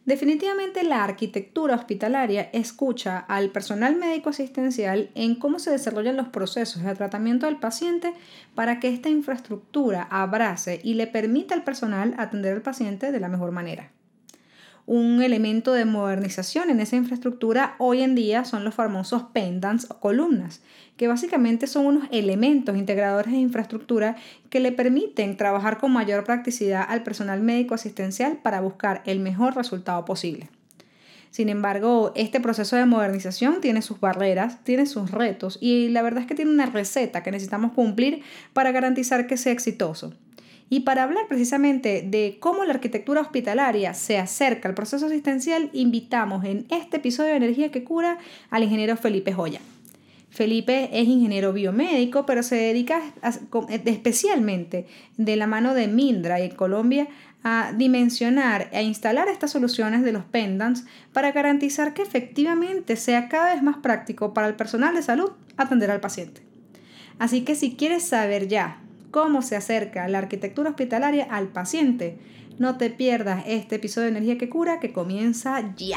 Definitivamente la arquitectura hospitalaria escucha al personal médico asistencial en cómo se desarrollan los procesos de tratamiento del paciente para que esta infraestructura abrace y le permita al personal atender al paciente de la mejor manera. Un elemento de modernización en esa infraestructura hoy en día son los famosos pendants o columnas, que básicamente son unos elementos integradores de infraestructura que le permiten trabajar con mayor practicidad al personal médico asistencial para buscar el mejor resultado posible. Sin embargo, este proceso de modernización tiene sus barreras, tiene sus retos y la verdad es que tiene una receta que necesitamos cumplir para garantizar que sea exitoso. Y para hablar precisamente de cómo la arquitectura hospitalaria se acerca al proceso asistencial, invitamos en este episodio de Energía que Cura al ingeniero Felipe Joya. Felipe es ingeniero biomédico, pero se dedica especialmente de la mano de Mindra en Colombia a dimensionar e instalar estas soluciones de los pendants para garantizar que efectivamente sea cada vez más práctico para el personal de salud atender al paciente. Así que si quieres saber ya cómo se acerca la arquitectura hospitalaria al paciente, no te pierdas este episodio de Energía que Cura que comienza ya.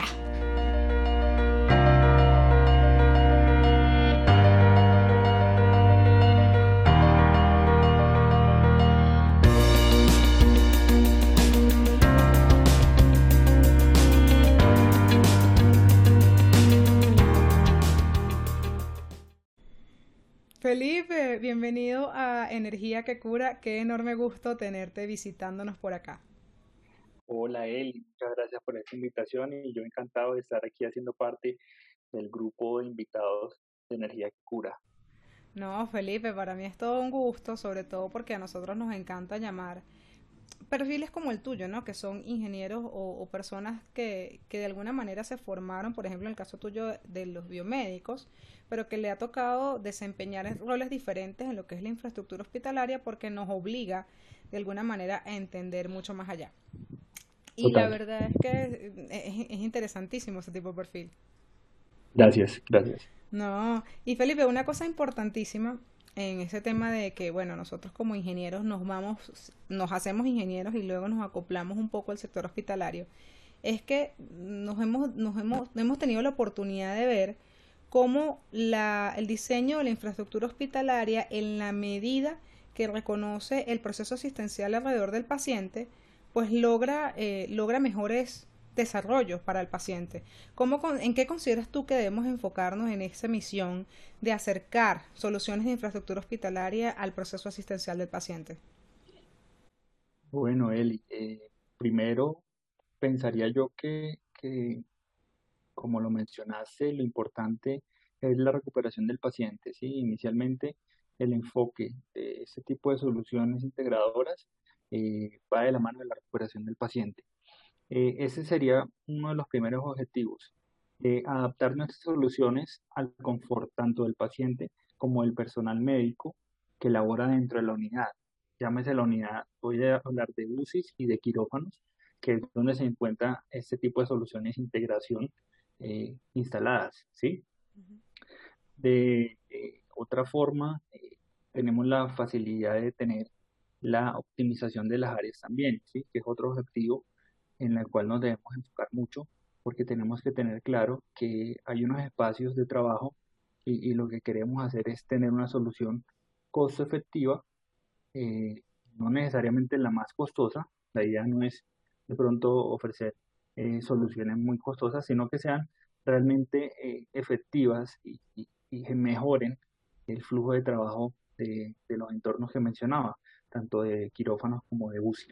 Felipe, bienvenido a Energía que Cura. Qué enorme gusto tenerte visitándonos por acá. Hola Eli, muchas gracias por esta invitación y yo encantado de estar aquí haciendo parte del grupo de invitados de Energía que Cura. No, Felipe, para mí es todo un gusto, sobre todo porque a nosotros nos encanta llamar perfiles como el tuyo, ¿no? Que son ingenieros o personas que de alguna manera se formaron, por ejemplo, en el caso tuyo de los biomédicos, pero que le ha tocado desempeñar roles diferentes en lo que es la infraestructura hospitalaria porque nos obliga de alguna manera a entender mucho más allá. Y la Total. verdad es que es interesantísimo ese tipo de perfil. Gracias, gracias. No, y Felipe, una cosa importantísima en ese tema de que, bueno, nosotros como ingenieros nos hacemos ingenieros y luego nos acoplamos un poco al sector hospitalario, es que hemos tenido la oportunidad de ver cómo el diseño de la infraestructura hospitalaria, en la medida que reconoce el proceso asistencial alrededor del paciente, pues logra mejores desarrollos para el paciente. ¿En qué consideras tú que debemos enfocarnos en esa misión de acercar soluciones de infraestructura hospitalaria al proceso asistencial del paciente? Bueno, Eli, primero pensaría yo que, como lo mencionaste, lo importante es la recuperación del paciente, ¿sí? Inicialmente, el enfoque de este tipo de soluciones integradoras va de la mano de la recuperación del paciente. Ese sería uno de los primeros objetivos, adaptar nuestras soluciones al confort tanto del paciente como del personal médico que labora dentro de la unidad. Llámese la unidad, voy a hablar de UCIs y de quirófanos, que es donde se encuentra este tipo de soluciones de integración instaladas, ¿sí? De otra forma, tenemos la facilidad de tener la optimización de las áreas también, ¿sí? Que es otro objetivo en el cual nos debemos enfocar mucho, porque tenemos que tener claro que hay unos espacios de trabajo y lo que queremos hacer es tener una solución costo efectiva, eh, no necesariamente la más costosa. La idea no es de pronto ofrecer soluciones muy costosas, sino que sean realmente efectivas y que mejoren el flujo de trabajo de los entornos que mencionaba, tanto de quirófanos como de UCI.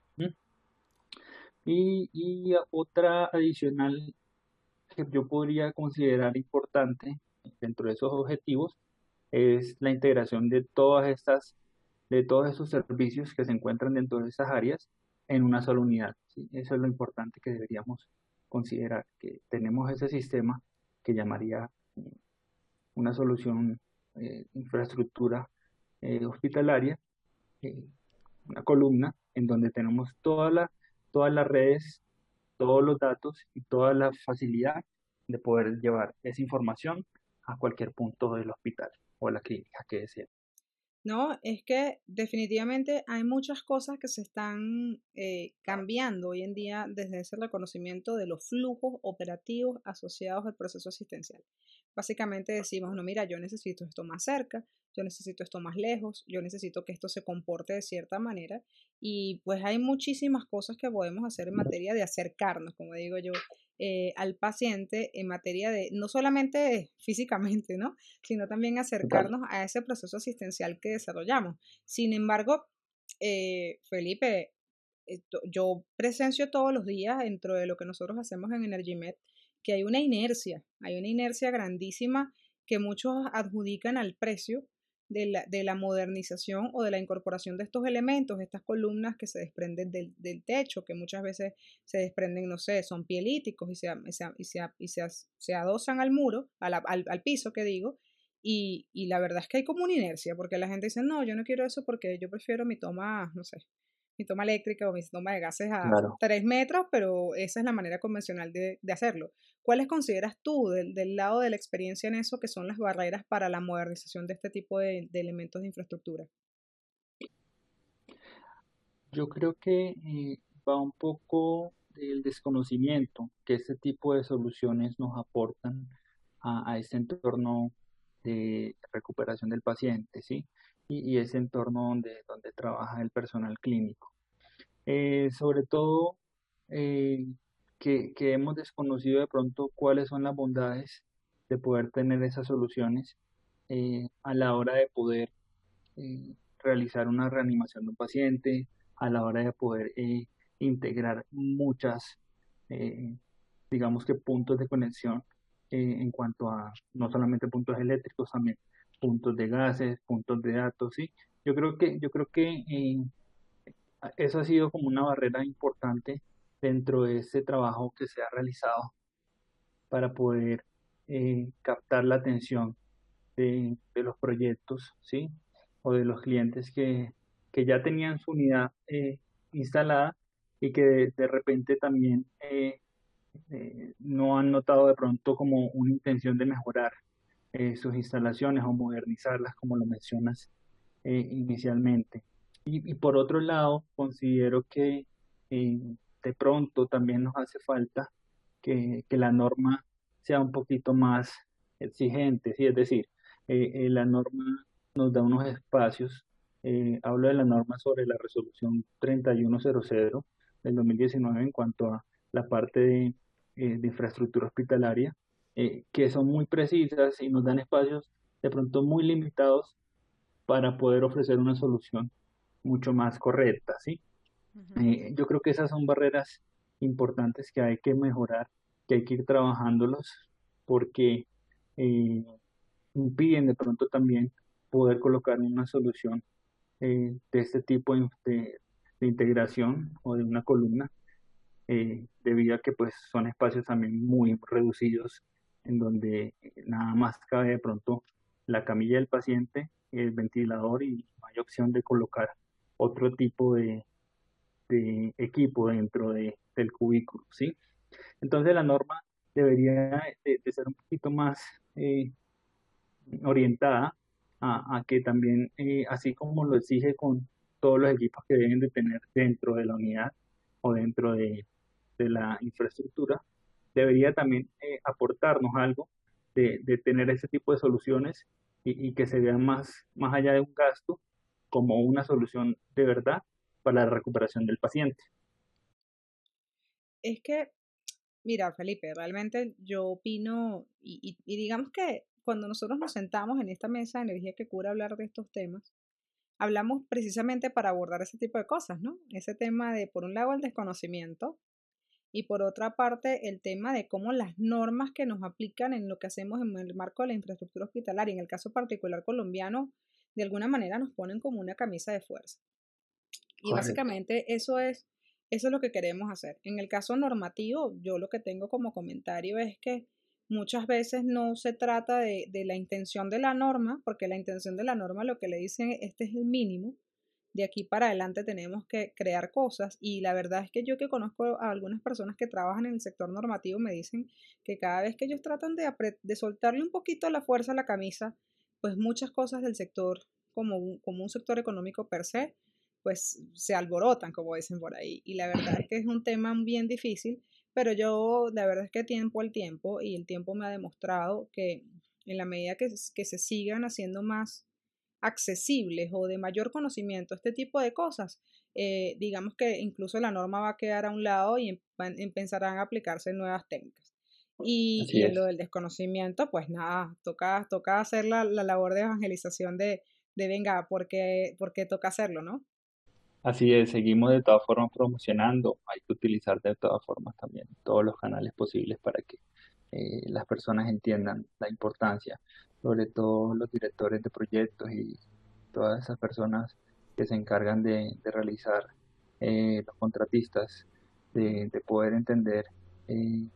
Y otra adicional que yo podría considerar importante dentro de esos objetivos es la integración de todos esos servicios que se encuentran dentro de esas áreas en una sola unidad, ¿sí? Eso es lo importante que deberíamos considerar, que tenemos ese sistema que llamaría una solución, infraestructura hospitalaria, eh, una columna en donde tenemos todas las redes, todos los datos y toda la facilidad de poder llevar esa información a cualquier punto del hospital o la clínica que deseen. No, es que definitivamente hay muchas cosas que se están cambiando hoy en día desde ese reconocimiento de los flujos operativos asociados al proceso asistencial. Básicamente decimos, no, mira, yo necesito esto más cerca, yo necesito esto más lejos, yo necesito que esto se comporte de cierta manera y pues hay muchísimas cosas que podemos hacer en materia de acercarnos, como digo yo, al paciente en materia de, no solamente físicamente, ¿no? Sino también Total. acercarnos a ese proceso asistencial que desarrollamos. Sin embargo, Felipe, yo presencio todos los días dentro de lo que nosotros hacemos en EnergyMed que hay una inercia grandísima que muchos adjudican al precio de la modernización o de la incorporación de estos elementos, estas columnas que se desprenden del techo, que muchas veces se desprenden, no sé, son pielíticos se adosan al muro, al piso que digo, y la verdad es que hay como una inercia, porque la gente dice, no, yo no quiero eso porque yo prefiero mi toma, no sé, mi toma eléctrica o mi toma de gases a Claro. 3 metros, pero esa es la manera convencional de hacerlo. ¿Cuáles consideras tú del lado de la experiencia en eso que son las barreras para la modernización de este tipo de elementos de infraestructura? Yo creo que va un poco del desconocimiento que este tipo de soluciones nos aportan a este entorno de recuperación del paciente, ¿sí? Y ese entorno donde trabaja el personal clínico. Sobre todo eh, que hemos desconocido de pronto cuáles son las bondades de poder tener esas soluciones a la hora de poder realizar una reanimación de un paciente, a la hora de poder integrar muchas, eh, digamos que puntos de conexión en cuanto a no solamente puntos eléctricos, también puntos de gases, puntos de datos, ¿sí? Yo creo que eso ha sido como una barrera importante dentro de ese trabajo que se ha realizado para poder captar la atención de los proyectos, ¿sí? O de los clientes que ya tenían su unidad instalada y que de repente también no han notado de pronto como una intención de mejorar sus instalaciones o modernizarlas, como lo mencionas inicialmente. Y por otro lado, considero que eh, de pronto también nos hace falta que la norma sea un poquito más exigente, ¿sí? Es decir, la norma nos da unos espacios, hablo de la norma sobre la resolución 3100 del 2019 en cuanto a la parte de infraestructura hospitalaria, que son muy precisas y nos dan espacios de pronto muy limitados para poder ofrecer una solución mucho más correcta, ¿sí? Ujú. Yo creo que esas son barreras importantes que hay que mejorar, que hay que ir trabajándolos, porque eh, impiden de pronto también poder colocar una solución de este tipo de integración o de una columna, debido a que pues son espacios también muy reducidos, en donde nada más cabe de pronto la camilla del paciente, el ventilador y no hay opción de colocar otro tipo de equipo dentro del cubículo, ¿sí? Entonces la norma debería de ser un poquito más orientada a que también, así como lo exige con todos los equipos que deben de tener dentro de la unidad o dentro de la infraestructura, debería también aportarnos algo de tener ese tipo de soluciones y que se vean más allá de un gasto como una solución de verdad para la recuperación del paciente. Es que, mira, Felipe, realmente yo opino y digamos que cuando nosotros nos sentamos en esta mesa de energía que cura hablar de estos temas, hablamos precisamente para abordar ese tipo de cosas, ¿no? Ese tema de, por un lado, el desconocimiento y por otra parte, el tema de cómo las normas que nos aplican en lo que hacemos en el marco de la infraestructura hospitalaria, en el caso particular colombiano, de alguna manera nos ponen como una camisa de fuerza. Y Correcto. básicamente eso es lo que queremos hacer. En el caso normativo, yo lo que tengo como comentario es que muchas veces no se trata de la intención de la norma, porque la intención de la norma lo que le dicen, este es el mínimo, de aquí para adelante tenemos que crear cosas y la verdad es que yo que conozco a algunas personas que trabajan en el sector normativo me dicen que cada vez que ellos tratan de soltarle un poquito la fuerza a la camisa, pues muchas cosas del sector como un sector económico per se, pues se alborotan, como dicen por ahí. Y la verdad es que es un tema bien difícil, pero yo, la verdad es que tiempo al tiempo, y el tiempo me ha demostrado que en la medida que se sigan haciendo más accesibles o de mayor conocimiento este tipo de cosas, digamos que incluso la norma va a quedar a un lado y empezarán a aplicarse nuevas técnicas. Así Y en lo es. del desconocimiento, pues nada, toca hacer la labor de evangelización de venga, porque toca hacerlo, ¿no? Así es, seguimos de todas formas promocionando. Hay que utilizar de todas formas también todos los canales posibles para que las personas entiendan la importancia, sobre todo los directores de proyectos y todas esas personas que se encargan de realizar los contratistas, de poder entender eh,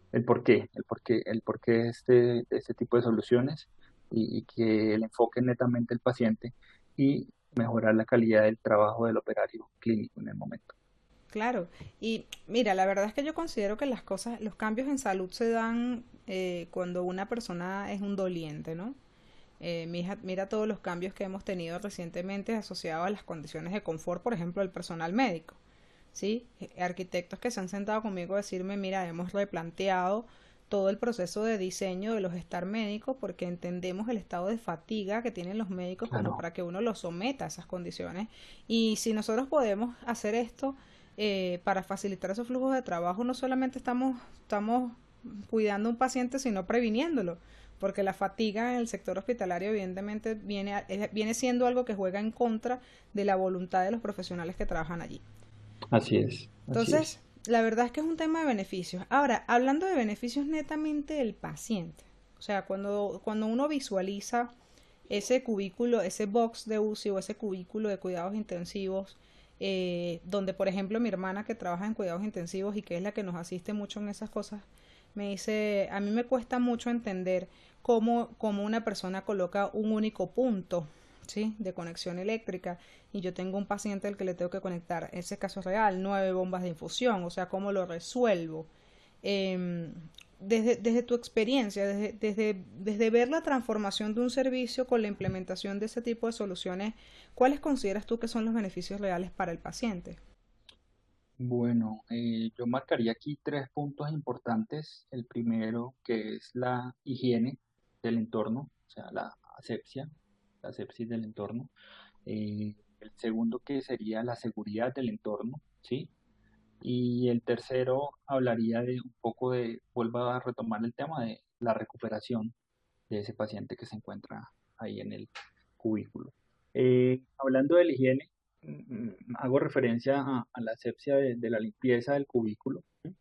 el porqué de este tipo de soluciones y que el enfoque es netamente el paciente y mejorar la calidad del trabajo del operario clínico en el momento. Claro, y mira, la verdad es que yo considero que los cambios en salud se dan cuando una persona es un doliente, ¿no? Mira todos los cambios que hemos tenido recientemente asociados a las condiciones de confort, por ejemplo, del personal médico. ¿Sí? Arquitectos que se han sentado conmigo a decirme, mira, hemos replanteado todo el proceso de diseño de los estar médicos porque entendemos el estado de fatiga que tienen los médicos como Claro, para que uno los someta a esas condiciones. Y si nosotros podemos hacer esto para facilitar esos flujos de trabajo, no solamente estamos cuidando a un paciente, sino previniéndolo porque la fatiga en el sector hospitalario evidentemente viene siendo algo que juega en contra de la voluntad de los profesionales que trabajan allí. así es, así Entonces, es. la verdad es que es un tema de beneficios. Ahora, hablando de beneficios netamente del paciente, o sea, cuando uno visualiza ese cubículo, ese box de UCI o ese cubículo de cuidados intensivos, donde por ejemplo mi hermana que trabaja en cuidados intensivos y que es la que nos asiste mucho en esas cosas, me dice, a mí me cuesta mucho entender cómo una persona coloca un único punto, ¿sí? De conexión eléctrica y yo tengo un paciente al que le tengo que conectar, ese caso es real, 9 bombas de infusión, o sea, ¿cómo lo resuelvo? Eh, desde tu experiencia, desde ver la transformación de un servicio con la implementación de ese tipo de soluciones, ¿cuáles consideras tú que son los beneficios reales para el paciente? Bueno, yo marcaría aquí tres puntos importantes. El primero, que es la higiene del entorno, o sea, la asepsis del entorno. El segundo, que sería la seguridad del entorno, ¿sí? Y el tercero, hablaría de un poco vuelvo a retomar el tema de la recuperación de ese paciente que se encuentra ahí en el cubículo. Hablando de la higiene, hago referencia a la asepsia de la limpieza del cubículo. ¿Sí?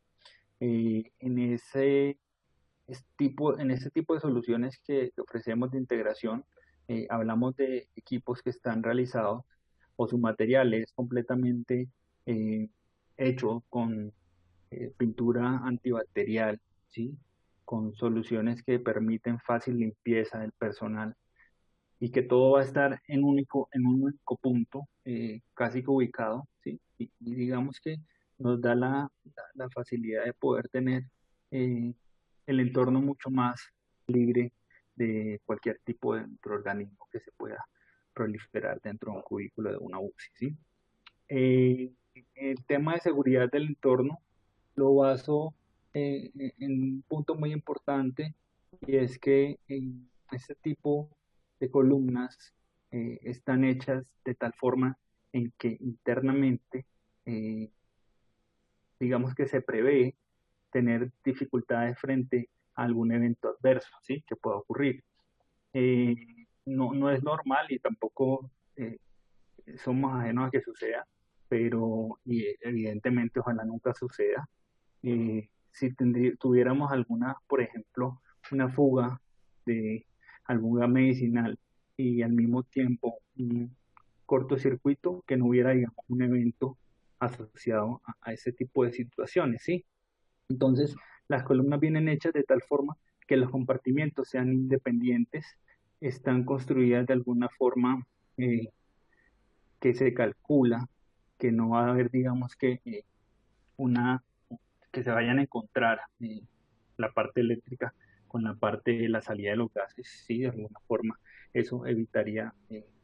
En ese tipo de soluciones que ofrecemos de integración, hablamos de equipos que están realizados o su material es completamente eh, hecho con pintura antibacterial, ¿sí? Con soluciones que permiten fácil limpieza del personal y que todo va a estar en un único punto, casi que ubicado, ¿sí? Y digamos que nos da la facilidad de poder tener eh, el entorno mucho más libre de cualquier tipo de microorganismo que se pueda proliferar dentro de un cubículo de una UCI, ¿sí? Eh, el tema de seguridad del entorno lo baso en un punto muy importante y es que este tipo de columnas están hechas de tal forma en que internamente, eh, digamos que se prevé tener dificultades frente a algún evento adverso, ¿sí? Que pueda ocurrir. Eh, no es normal y tampoco somos ajenos a que suceda, pero evidentemente ojalá nunca suceda. Si tuviéramos alguna, por ejemplo, una fuga de alguna medicinal y al mismo tiempo un cortocircuito, que no hubiera, digamos, un evento asociado a ese tipo de situaciones, ¿sí? Entonces, las columnas vienen hechas de tal forma que los compartimientos sean independientes, están construidas de alguna forma eh, que se calcula que no va a haber, digamos que una que se vayan a encontrar la parte eléctrica con la parte de la salida de los gases, sí, de alguna forma eso evitaría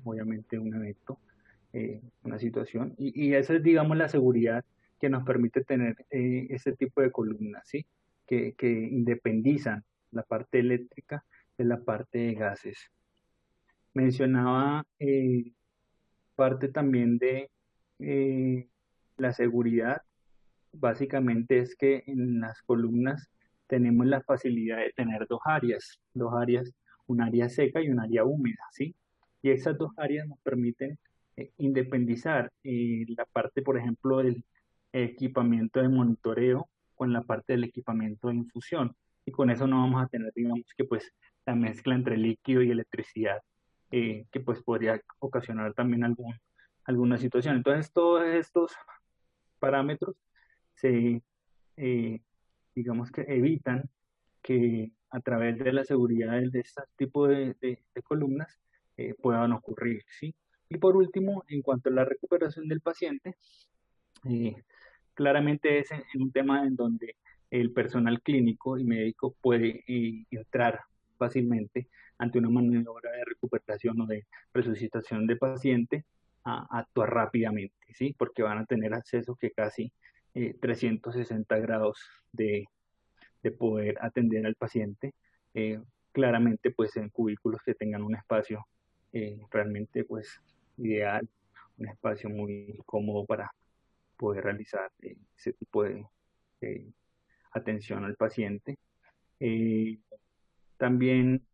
obviamente un evento, una situación, y esa es, digamos, la seguridad que nos permite tener ese tipo de columnas, ¿sí? Que independizan la parte eléctrica de la parte de gases. Mencionaba parte también de eh, la seguridad. Básicamente es que en las columnas tenemos la facilidad de tener dos áreas, un área seca y un área húmeda, ¿sí? Y esas dos áreas nos permiten independizar la parte, por ejemplo, del equipamiento de monitoreo con la parte del equipamiento de infusión. Y con eso no vamos a tener, digamos, que pues la mezcla entre líquido y electricidad, que pues podría ocasionar también alguna situación. Entonces, todos estos parámetros se, eh, digamos que evitan que a través de la seguridad de este tipo de columnas puedan ocurrir, ¿sí? Y por último, en cuanto a la recuperación del paciente, eh, claramente es en un tema en donde el personal clínico y médico puede entrar fácilmente ante una maniobra de recuperación o de resucitación de paciente a actuar rápidamente, ¿sí? Porque van a tener acceso que casi 360 grados de poder atender al paciente, claramente pues en cubículos que tengan un espacio realmente pues ideal, un espacio muy cómodo para poder realizar ese tipo de atención al paciente. Eh, También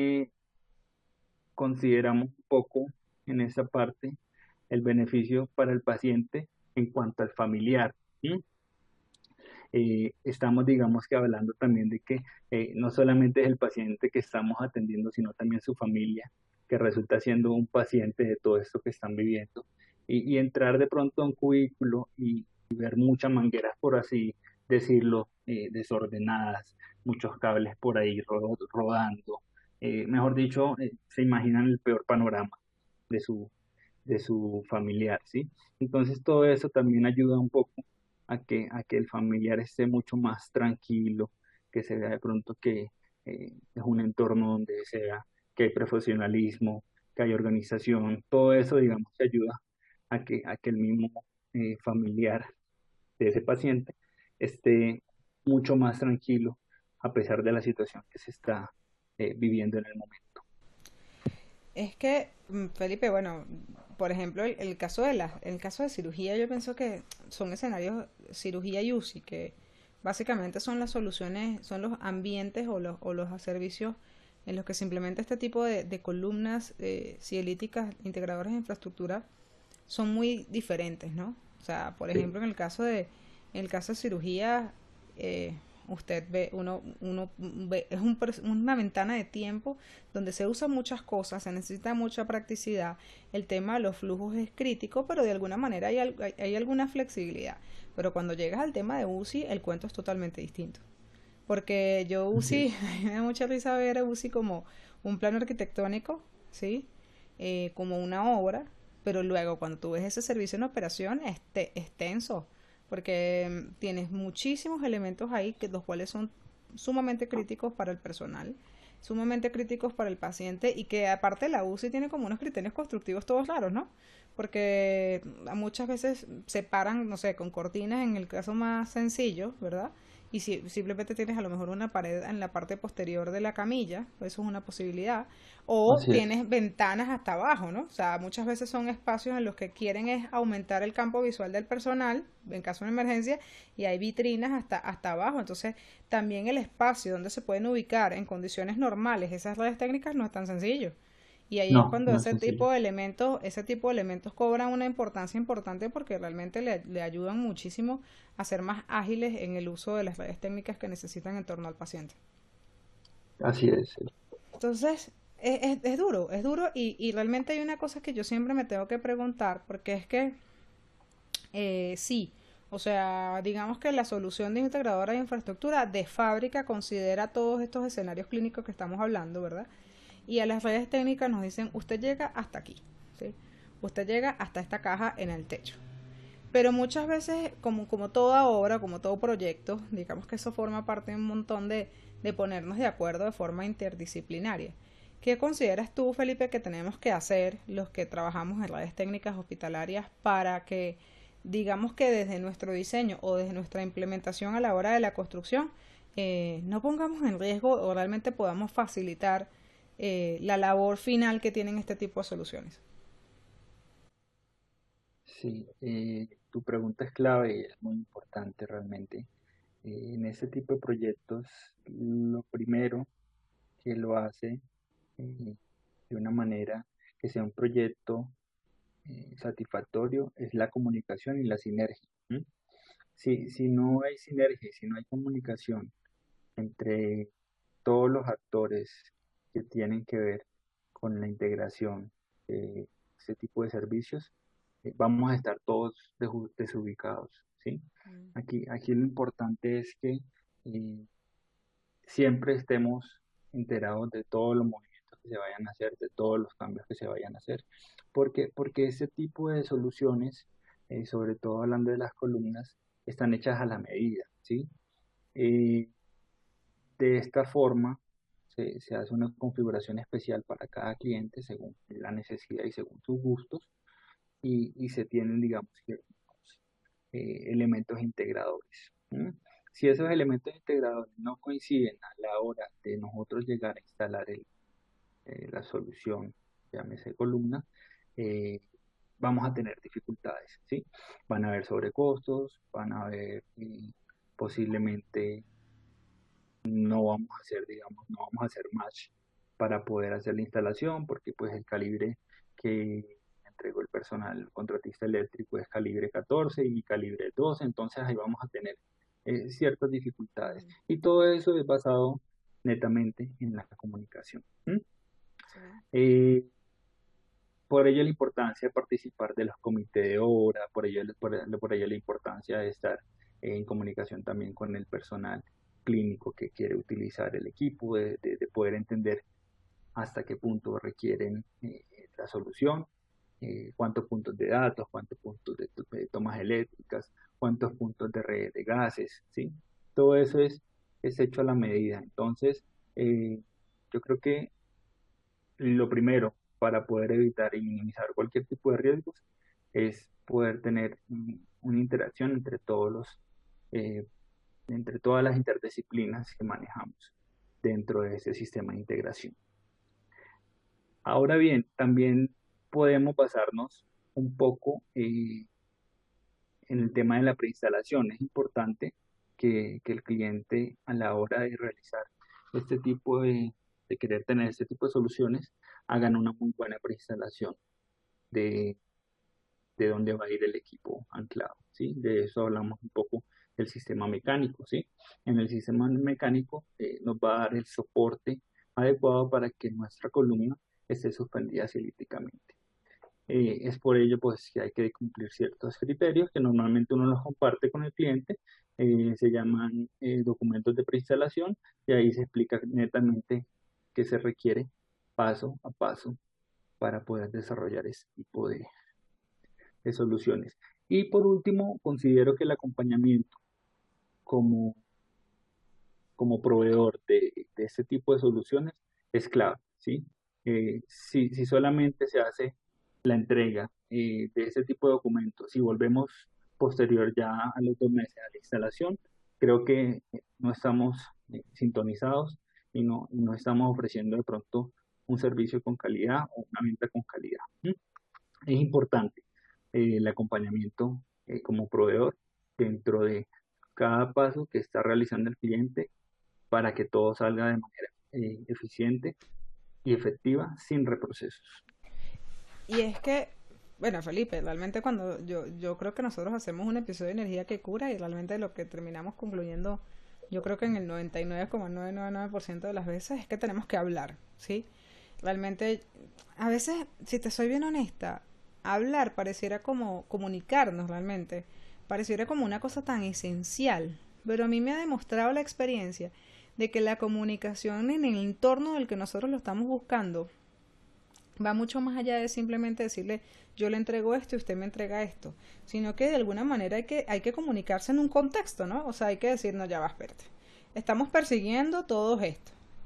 consideramos un poco en esa parte el beneficio para el paciente en cuanto al familiar. ¿Sí? Estamos, digamos que hablando también de que no solamente es el paciente que estamos atendiendo, sino también su familia, que resulta siendo un paciente de todo esto que están viviendo. Y entrar de pronto a un cubículo y ver muchas mangueras, por así decirlo, desordenadas, muchos cables por ahí rodando. Mejor dicho, se imaginan el peor panorama de de su familiar, ¿sí? Entonces todo eso también ayuda un poco a que el familiar esté mucho más tranquilo, que se vea de pronto que es un entorno donde sea que hay profesionalismo, que hay organización, todo eso, digamos, que ayuda a que el mismo familiar de ese paciente esté mucho más tranquilo a pesar de la situación que se está viviendo en el momento. Es que, Felipe, bueno, por ejemplo, el caso el caso de cirugía, yo pienso que son escenarios, cirugía y UCI, que básicamente son las soluciones, son los ambientes o los servicios en los que se implementa este tipo de columnas cielíticas integradoras de infraestructura son muy diferentes, ¿no? O sea, por Sí, ejemplo, en el caso de cirugía, eh, usted ve, uno ve, es una ventana de tiempo donde se usan muchas cosas, se necesita mucha practicidad, el tema de los flujos es crítico, pero de alguna manera hay alguna flexibilidad. Pero cuando llegas al tema de UCI, el cuento es totalmente distinto. Porque yo así es. UCI, me da mucha risa ver a UCI como un plano arquitectónico, ¿sí? Como una obra, pero luego cuando tú ves ese servicio en operación es tenso, porque tienes muchísimos elementos ahí que los cuales son sumamente críticos para el personal, sumamente críticos para el paciente y que aparte la UCI tiene como unos criterios constructivos todos raros, ¿no? Porque muchas veces se paran, no sé, con cortinas en el caso más sencillo, ¿verdad? Y si simplemente tienes a lo mejor una pared en la parte posterior de la camilla, eso es una posibilidad, o Así es. tienes ventanas hasta abajo, ¿no? O sea, muchas veces son espacios en los que quieren es aumentar el campo visual del personal en caso de emergencia y hay vitrinas hasta abajo, entonces también el espacio donde se pueden ubicar en condiciones normales esas redes técnicas no es tan sencillo. Y ahí es No, cuando no es sencillo. ese tipo de elementos cobran una importancia importante porque realmente le ayudan muchísimo a ser más ágiles en el uso de las redes técnicas que necesitan en torno al paciente. Así es. Entonces, es duro y realmente hay una cosa que yo siempre me tengo que preguntar porque es que sí, o sea, digamos que la solución de integradora de infraestructura de fábrica considera todos estos escenarios clínicos que estamos hablando, ¿verdad? Y a las redes técnicas nos dicen, usted llega hasta aquí, ¿sí? Usted llega hasta esta caja en el techo. Pero muchas veces, como toda obra, como todo proyecto, digamos que eso forma parte de un montón de ponernos de acuerdo de forma interdisciplinaria. ¿Qué consideras tú, Felipe, que tenemos que hacer los que trabajamos en redes técnicas hospitalarias para que, digamos que desde nuestro diseño o desde nuestra implementación a la hora de la construcción, no pongamos en riesgo o realmente podamos facilitar la labor final que tienen este tipo de soluciones? Sí, tu pregunta es clave y es muy importante realmente. En ese tipo de proyectos, lo primero que lo hace de una manera que sea un proyecto satisfactorio es la comunicación y la sinergia. ¿M? Si no hay sinergia, si no hay comunicación entre todos los actores que tienen que ver con la integración de ese tipo de servicios, vamos a estar todos desubicados, ¿sí? Mm. Aquí lo importante es que eh, siempre estemos enterados de todos los movimientos que se vayan a hacer, de todos los cambios que se vayan a hacer, porque ese tipo de soluciones, sobre todo hablando de las columnas, están hechas a la medida, ¿sí? Eh, de esta forma se hace una configuración especial para cada cliente según la necesidad y según sus gustos y se tienen, digamos, ciertos elementos integradores. ¿M? Si esos elementos integradores no coinciden a la hora de nosotros llegar a instalar la solución, llámese columna, eh, vamos a tener dificultades, ¿sí? Van a haber sobrecostos, van a haber posiblemente no vamos a hacer, digamos, no vamos a hacer match para poder hacer la instalación, porque pues el calibre que entregó el personal contratista eléctrico es calibre 14 y mi calibre es 12, entonces ahí vamos a tener ciertas dificultades. Mm. Y todo eso es basado netamente en la comunicación. ¿M? Sí. Eh, por ello la importancia de participar de los comités de obra, por ello la importancia de estar en comunicación también con el personal clínico que quiere utilizar el equipo, de poder entender hasta qué punto requieren la solución, cuántos puntos de datos, cuántos puntos de tomas eléctricas, cuántos puntos de red de gases, ¿sí? Todo eso es hecho a la medida. Entonces, yo creo que lo primero para poder evitar y minimizar cualquier tipo de riesgos es poder tener una interacción eh, entre todas las interdisciplinas que manejamos dentro de ese sistema de integración. Ahora bien, también podemos basarnos un poco en el tema de la preinstalación. Es importante que el cliente a la hora de realizar este tipo de querer tener este tipo de soluciones, hagan una muy buena preinstalación de, de dónde va a ir el equipo anclado, ¿sí? De eso hablamos un poco del sistema mecánico, ¿sí? En el sistema mecánico nos va a dar el soporte adecuado para que nuestra columna esté suspendida cilíndricamente. Es por ello pues que hay que cumplir ciertos criterios que normalmente uno los comparte con el cliente, se llaman documentos de preinstalación y ahí se explica netamente qué se requiere paso a paso para poder desarrollar ese tipo de soluciones. Y por último, considero que el acompañamiento como, como proveedor de este tipo de soluciones es clave, ¿sí? Si solamente se hace la entrega de ese tipo de documentos y volvemos posterior ya a los 2 meses a la instalación, creo que no estamos sintonizados y no estamos ofreciendo de pronto un servicio con calidad o una venta con calidad. ¿M? Es importante el acompañamiento como proveedor dentro de cada paso que está realizando el cliente para que todo salga de manera eficiente y efectiva sin reprocesos. Y es que, bueno, Felipe, realmente cuando yo creo que nosotros hacemos un episodio de energía que cura y realmente lo que terminamos concluyendo, yo creo que en el 99,999% de las veces es que tenemos que hablar, ¿sí? Realmente, a veces, si te soy bien honesta, hablar pareciera como comunicarnos realmente, pareciera como una cosa tan esencial, pero a mí me ha demostrado la experiencia de que la comunicación en el entorno del que nosotros lo estamos buscando va mucho más allá de simplemente decirle yo le entrego esto y usted me entrega esto, sino que de alguna manera hay que comunicarse en un contexto, ¿no? O sea, hay que decir, no, ya va, espérate. Estamos persiguiendo todo esto.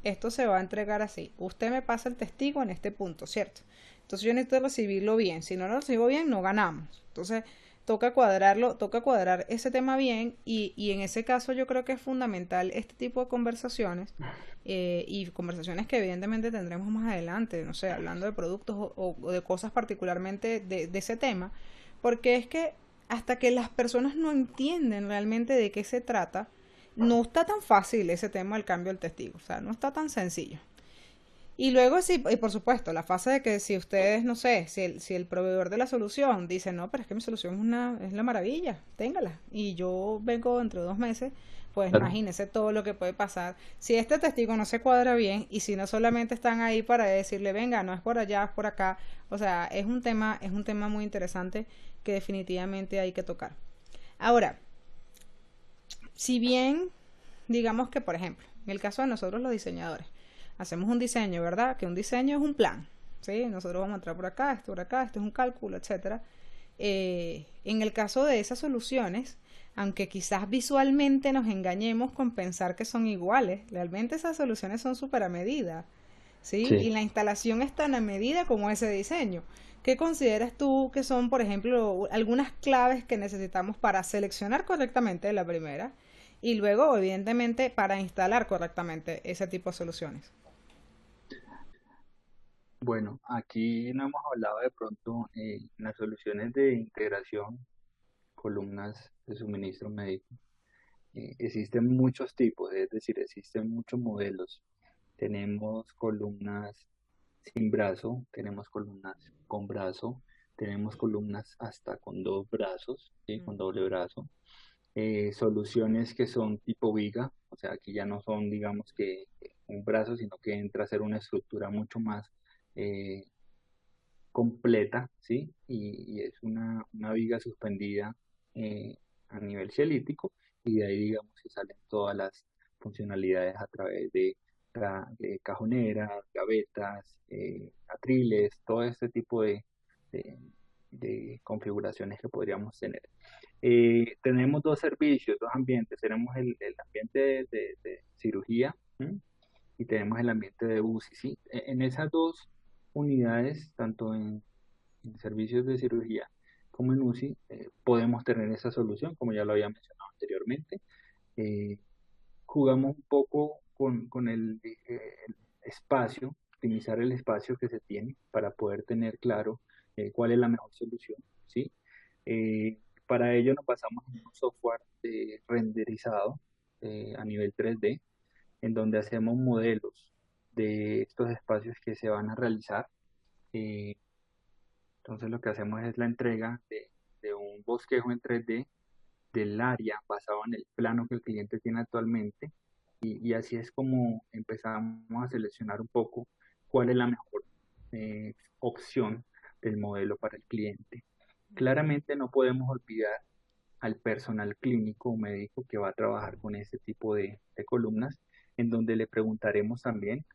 esto se va a entregar así. Usted me pasa el testigo en este punto, ¿cierto? Entonces yo necesito recibirlo bien. Si no lo recibo bien, no ganamos. Entonces toca cuadrarlo, toca cuadrar ese tema bien y en ese caso yo creo que es fundamental este tipo de conversaciones y conversaciones que evidentemente tendremos más adelante, no sé, hablando de productos o de cosas particularmente de ese tema, porque es que hasta que las personas no entienden realmente de qué se trata, no está tan fácil ese tema del cambio del testigo, o sea, no está tan sencillo. Y luego sí, y por supuesto, la fase de que si ustedes, no sé, si el proveedor de la solución dice, no, pero es que mi solución es la maravilla, téngala. Y yo vengo dentro de 2 meses, pues Claro. imagínese todo lo que puede pasar. Si este testigo no se cuadra bien y si no solamente están ahí para decirle, venga, no es por allá, es por acá. O sea, es un tema muy interesante que definitivamente hay que tocar. Ahora, si bien, digamos que, por ejemplo, en el caso de nosotros los diseñadores, hacemos un diseño, ¿verdad? Que un diseño es un plan, ¿sí? Nosotros vamos a entrar por acá, esto es un cálculo, etcétera. En el caso de esas soluciones, aunque quizás visualmente nos engañemos con pensar que son iguales, realmente esas soluciones son súper a medida, ¿sí? Y Sí. la instalación es tan a medida como ese diseño. ¿Qué consideras tú que son, por ejemplo, algunas claves que necesitamos para seleccionar correctamente la primera y luego, evidentemente, para instalar correctamente ese tipo de soluciones? Bueno, aquí no hemos hablado de pronto en las soluciones de integración, columnas de suministro médico. Existen muchos tipos, es decir, existen muchos modelos. Tenemos columnas sin brazo, tenemos columnas con brazo, tenemos columnas hasta con dos brazos, ¿sí? Con doble brazo. Soluciones que son tipo viga, o sea, aquí ya no son, digamos que un brazo, sino que entra a ser una estructura mucho más eh, completa, ¿sí? Y es una viga suspendida a nivel cielítico y de ahí, digamos, que salen todas las funcionalidades a través de cajoneras, gavetas, atriles, todo este tipo de, de configuraciones que podríamos tener. Tenemos dos servicios, dos ambientes. Tenemos el ambiente de cirugía, ¿m? Y tenemos el ambiente de UCI, ¿sí? En esas dos unidades, tanto en servicios de cirugía como en UCI, podemos tener esa solución, como ya lo había mencionado anteriormente. Eh, Jugamos un poco con el espacio, optimizar el espacio que se tiene para poder tener claro cuál es la mejor solución, ¿sí? Para ello nos basamos en un software renderizado a nivel 3D, en donde hacemos modelos de estos espacios que se van a realizar. Eh, entonces lo que hacemos es la entrega de un bosquejo en 3D del área basado en el plano que el cliente tiene actualmente y así es como empezamos a seleccionar un poco cuál es la mejor opción del modelo para el cliente. Claramente no podemos olvidar al personal clínico o médico que va a trabajar con este tipo de columnas, en donde le preguntaremos también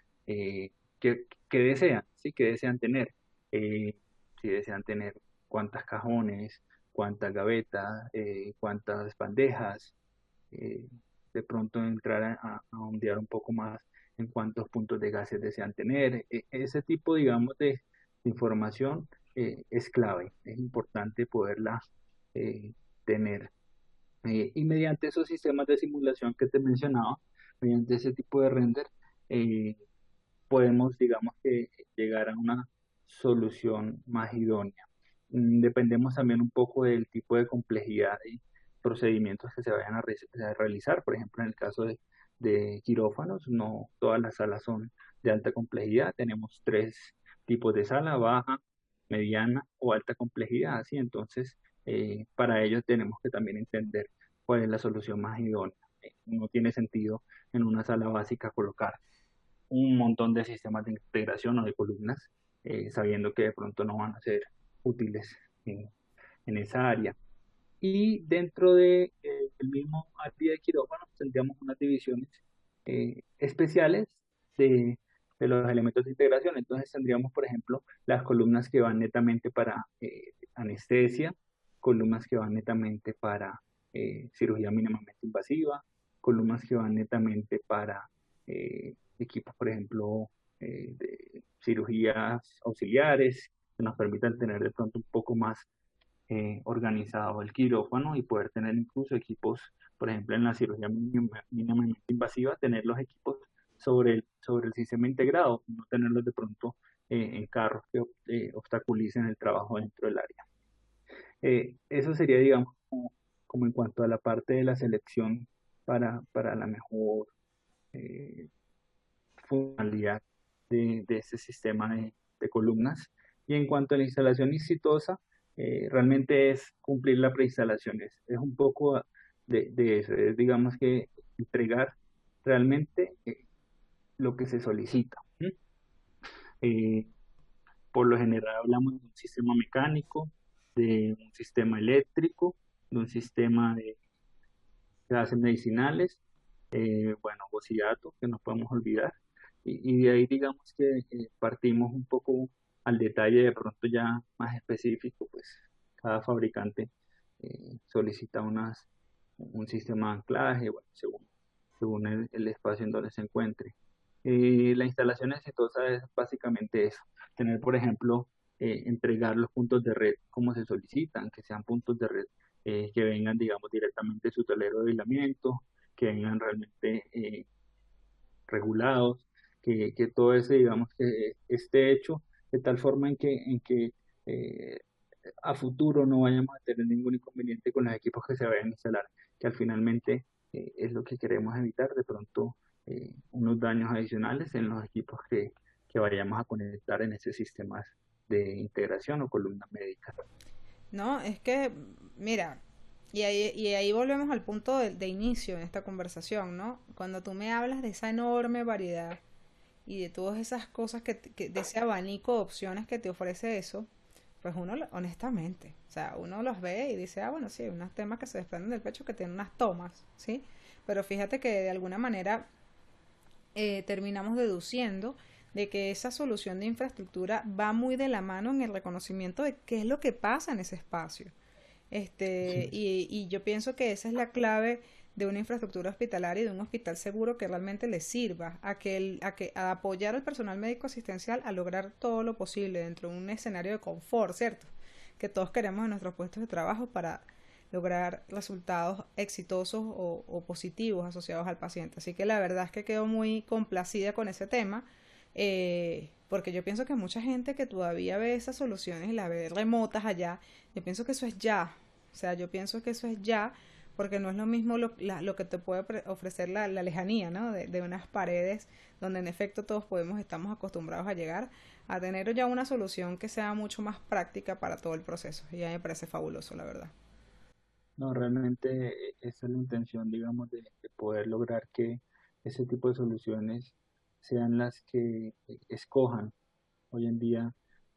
qué desean, ¿sí? ¿Qué desean tener? Eh, si desean tener cuántas cajones, cuántas gavetas, cuántas bandejas, eh, de pronto entrar a ondear un poco más en cuántos puntos de gases desean tener. Ese tipo, digamos, de información es clave, es importante poderla tener. Y mediante esos sistemas de simulación que te mencionaba, mediante ese tipo de render, eh, podemos, digamos que, llegar a una solución más idónea. Dependemos también un poco del tipo de complejidad y procedimientos que se vayan a realizar. Por ejemplo, en el caso de quirófanos, no todas las salas son de alta complejidad. Tenemos tres tipos de sala: baja, mediana o alta complejidad. ¿Sí? Entonces, para ello tenemos que también entender cuál es la solución más idónea. No tiene sentido en una sala básica colocar un montón de sistemas de integración o de columnas, sabiendo que de pronto no van a ser útiles en esa área. Y dentro de, el mismo área de quirófano tendríamos unas divisiones especiales de, de los elementos de integración. Entonces tendríamos, por ejemplo, las columnas que van netamente para anestesia, columnas que van netamente para cirugía mínimamente invasiva, columnas que van netamente para equipos, por ejemplo, de cirugías auxiliares, que nos permitan tener de pronto un poco más organizado el quirófano y poder tener incluso equipos, por ejemplo, en la cirugía mínimamente invasiva, tener los equipos sobre el sistema integrado, no tenerlos de pronto en carros que obstaculicen el trabajo dentro del área. Eso sería, digamos, como en cuanto a la parte de la selección para la mejor eh, funcionalidad de ese sistema de columnas. Y en cuanto a la instalación exitosa, realmente es cumplir la preinstalación, es un poco de eso, es digamos que entregar realmente lo que se solicita. ¿Sí? Eh, por lo general hablamos de un sistema mecánico, de un sistema eléctrico, de un sistema de gases medicinales, bueno, bocidato, que no podemos olvidar, y de ahí digamos que partimos un poco al detalle de pronto ya más específico, pues cada fabricante solicita un sistema de anclaje, bueno, según el espacio en donde se encuentre. La instalación exitosa es básicamente eso, tener, por ejemplo, entregar los puntos de red como se solicitan, que sean puntos de red que vengan, digamos, directamente de su tablero de aislamiento, que vengan realmente regulados, que todo ese, digamos, que esté hecho de tal forma en que eh, a futuro no vayamos a tener ningún inconveniente con los equipos que se vayan a instalar, que al finalmente es lo que queremos evitar, de pronto unos daños adicionales en los equipos que vayamos a conectar en ese sistema de integración o columna médica. No, es que, mira, y ahí volvemos al punto de inicio en esta conversación, ¿no? Cuando tú me hablas de esa enorme variedad y de todas esas cosas de ese abanico de opciones que te ofrece eso, pues uno, honestamente, o sea, uno los ve y dice, ah, bueno, sí, hay unos temas que se desprenden del pecho que tienen unas tomas, ¿sí? Pero fíjate que de alguna manera terminamos deduciendo de que esa solución de infraestructura va muy de la mano en el reconocimiento de qué es lo que pasa en ese espacio. Así es. Y yo pienso que esa es la clave de una infraestructura hospitalaria y de un hospital seguro que realmente le sirva a apoyar al personal médico asistencial a lograr todo lo posible dentro de un escenario de confort, ¿cierto? Que todos queremos en nuestros puestos de trabajo para lograr resultados exitosos o positivos asociados al paciente. Así que la verdad es que quedo muy complacida con ese tema, porque yo pienso que mucha gente que todavía ve esas soluciones y las ve remotas allá, yo pienso que eso es ya. O sea, yo pienso que eso es ya, porque no es lo mismo lo que te puede ofrecer la lejanía, ¿no? De unas paredes donde en efecto todos estamos acostumbrados a llegar, a tener ya una solución que sea mucho más práctica para todo el proceso. Y a mí me parece fabuloso, la verdad. No, realmente esa es la intención, digamos, de poder lograr que ese tipo de soluciones sean las que escojan hoy en día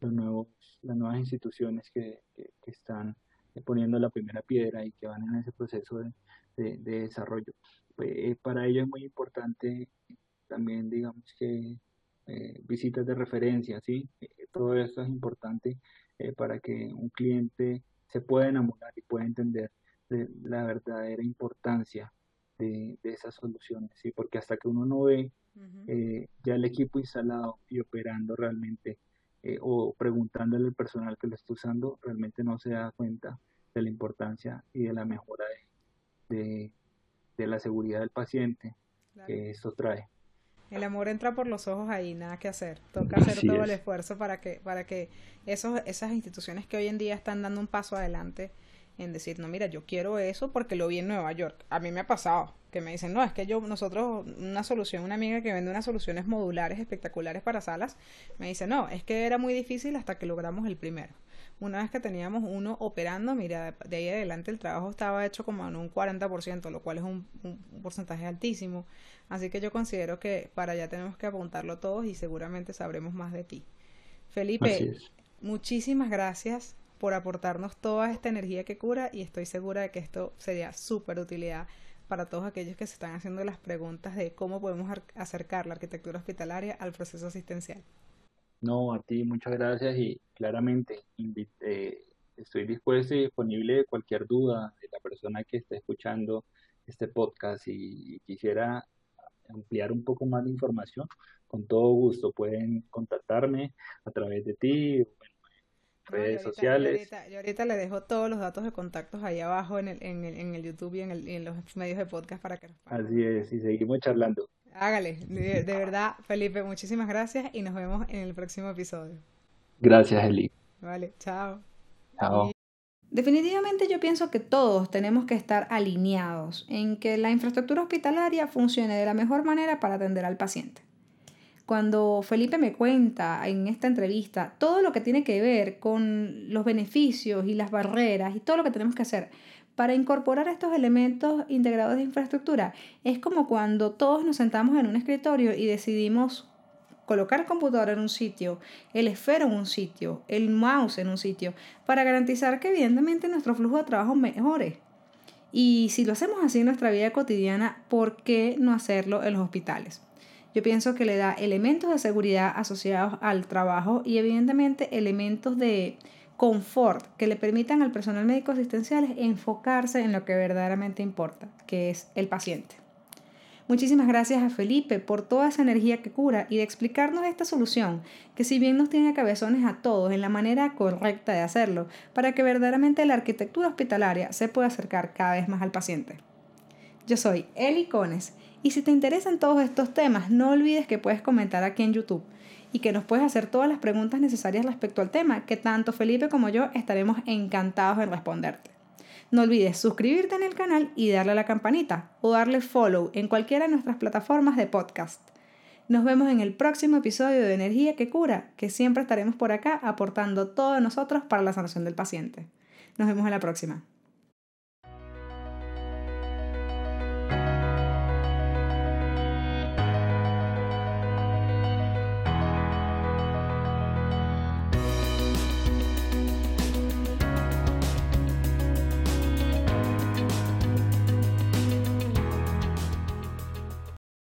las nuevas instituciones que están poniendo la primera piedra y que van en ese proceso de desarrollo. Para ello es muy importante también, digamos que visitas de referencia, ¿sí? Todo esto es importante para que un cliente se pueda enamorar y pueda entender de la verdadera importancia de esas soluciones, ¿sí? Porque hasta que uno no ve Ujú. ya el equipo instalado y operando realmente, o preguntándole al personal que lo está usando, realmente no se da cuenta de la importancia y de la mejora de, de la seguridad del paciente Claro. que esto trae. El amor entra por los ojos ahí, nada que hacer. Toca hacer Así todo el es. esfuerzo para que esas instituciones que hoy en día están dando un paso adelante en decir, no, mira, yo quiero eso porque lo vi en Nueva York. A mí me ha pasado que me dicen, no, es que nosotros, una solución, una amiga que vende unas soluciones modulares espectaculares para salas, me dice, no, es que era muy difícil hasta que logramos el primero. Una vez que teníamos uno operando, mira, de ahí adelante el trabajo estaba hecho como en un 40%, lo cual es un porcentaje altísimo. Así que yo considero que para allá tenemos que apuntarlo todos y seguramente sabremos más de ti. Así Felipe, es. muchísimas gracias por aportarnos toda esta energía que cura y estoy segura de que esto sería súper utilidad para todos aquellos que se están haciendo las preguntas de cómo podemos acercar la arquitectura hospitalaria al proceso asistencial. No, a ti muchas gracias y claramente estoy dispuesto y disponible de cualquier duda de la persona que esté escuchando este podcast y quisiera ampliar un poco más de información, con todo gusto pueden contactarme a través de ti, bueno, No, redes sociales. yo ahorita le dejo todos los datos de contactos ahí abajo en el YouTube y en los medios de podcast para que nos puedan Así contactar. es, y seguimos charlando. Hágale, de verdad, Felipe, muchísimas gracias y nos vemos en el próximo episodio. Gracias, Eli. Vale, chao. Chao. Definitivamente yo pienso que todos tenemos que estar alineados en que la infraestructura hospitalaria funcione de la mejor manera para atender al paciente. Cuando Felipe me cuenta en esta entrevista todo lo que tiene que ver con los beneficios y las barreras y todo lo que tenemos que hacer para incorporar estos elementos integrados de infraestructura, es como cuando todos nos sentamos en un escritorio y decidimos colocar el computador en un sitio, el esfero en un sitio, el mouse en un sitio, para garantizar que evidentemente nuestro flujo de trabajo mejore. Y si lo hacemos así en nuestra vida cotidiana, ¿por qué no hacerlo en los hospitales? Yo pienso que le da elementos de seguridad asociados al trabajo y evidentemente elementos de confort que le permitan al personal médico asistencial enfocarse en lo que verdaderamente importa, que es el paciente. Muchísimas gracias a Felipe por toda esa energía que cura y de explicarnos esta solución, que si bien nos tiene cabezones a todos en la manera correcta de hacerlo, para que verdaderamente la arquitectura hospitalaria se pueda acercar cada vez más al paciente. Yo soy Eli Cones y si te interesan todos estos temas, no olvides que puedes comentar aquí en YouTube y que nos puedes hacer todas las preguntas necesarias respecto al tema, que tanto Felipe como yo estaremos encantados en responderte. No olvides suscribirte en el canal y darle a la campanita o darle follow en cualquiera de nuestras plataformas de podcast. Nos vemos en el próximo episodio de Energía que Cura, que siempre estaremos por acá aportando todo de nosotros para la sanación del paciente. Nos vemos en la próxima.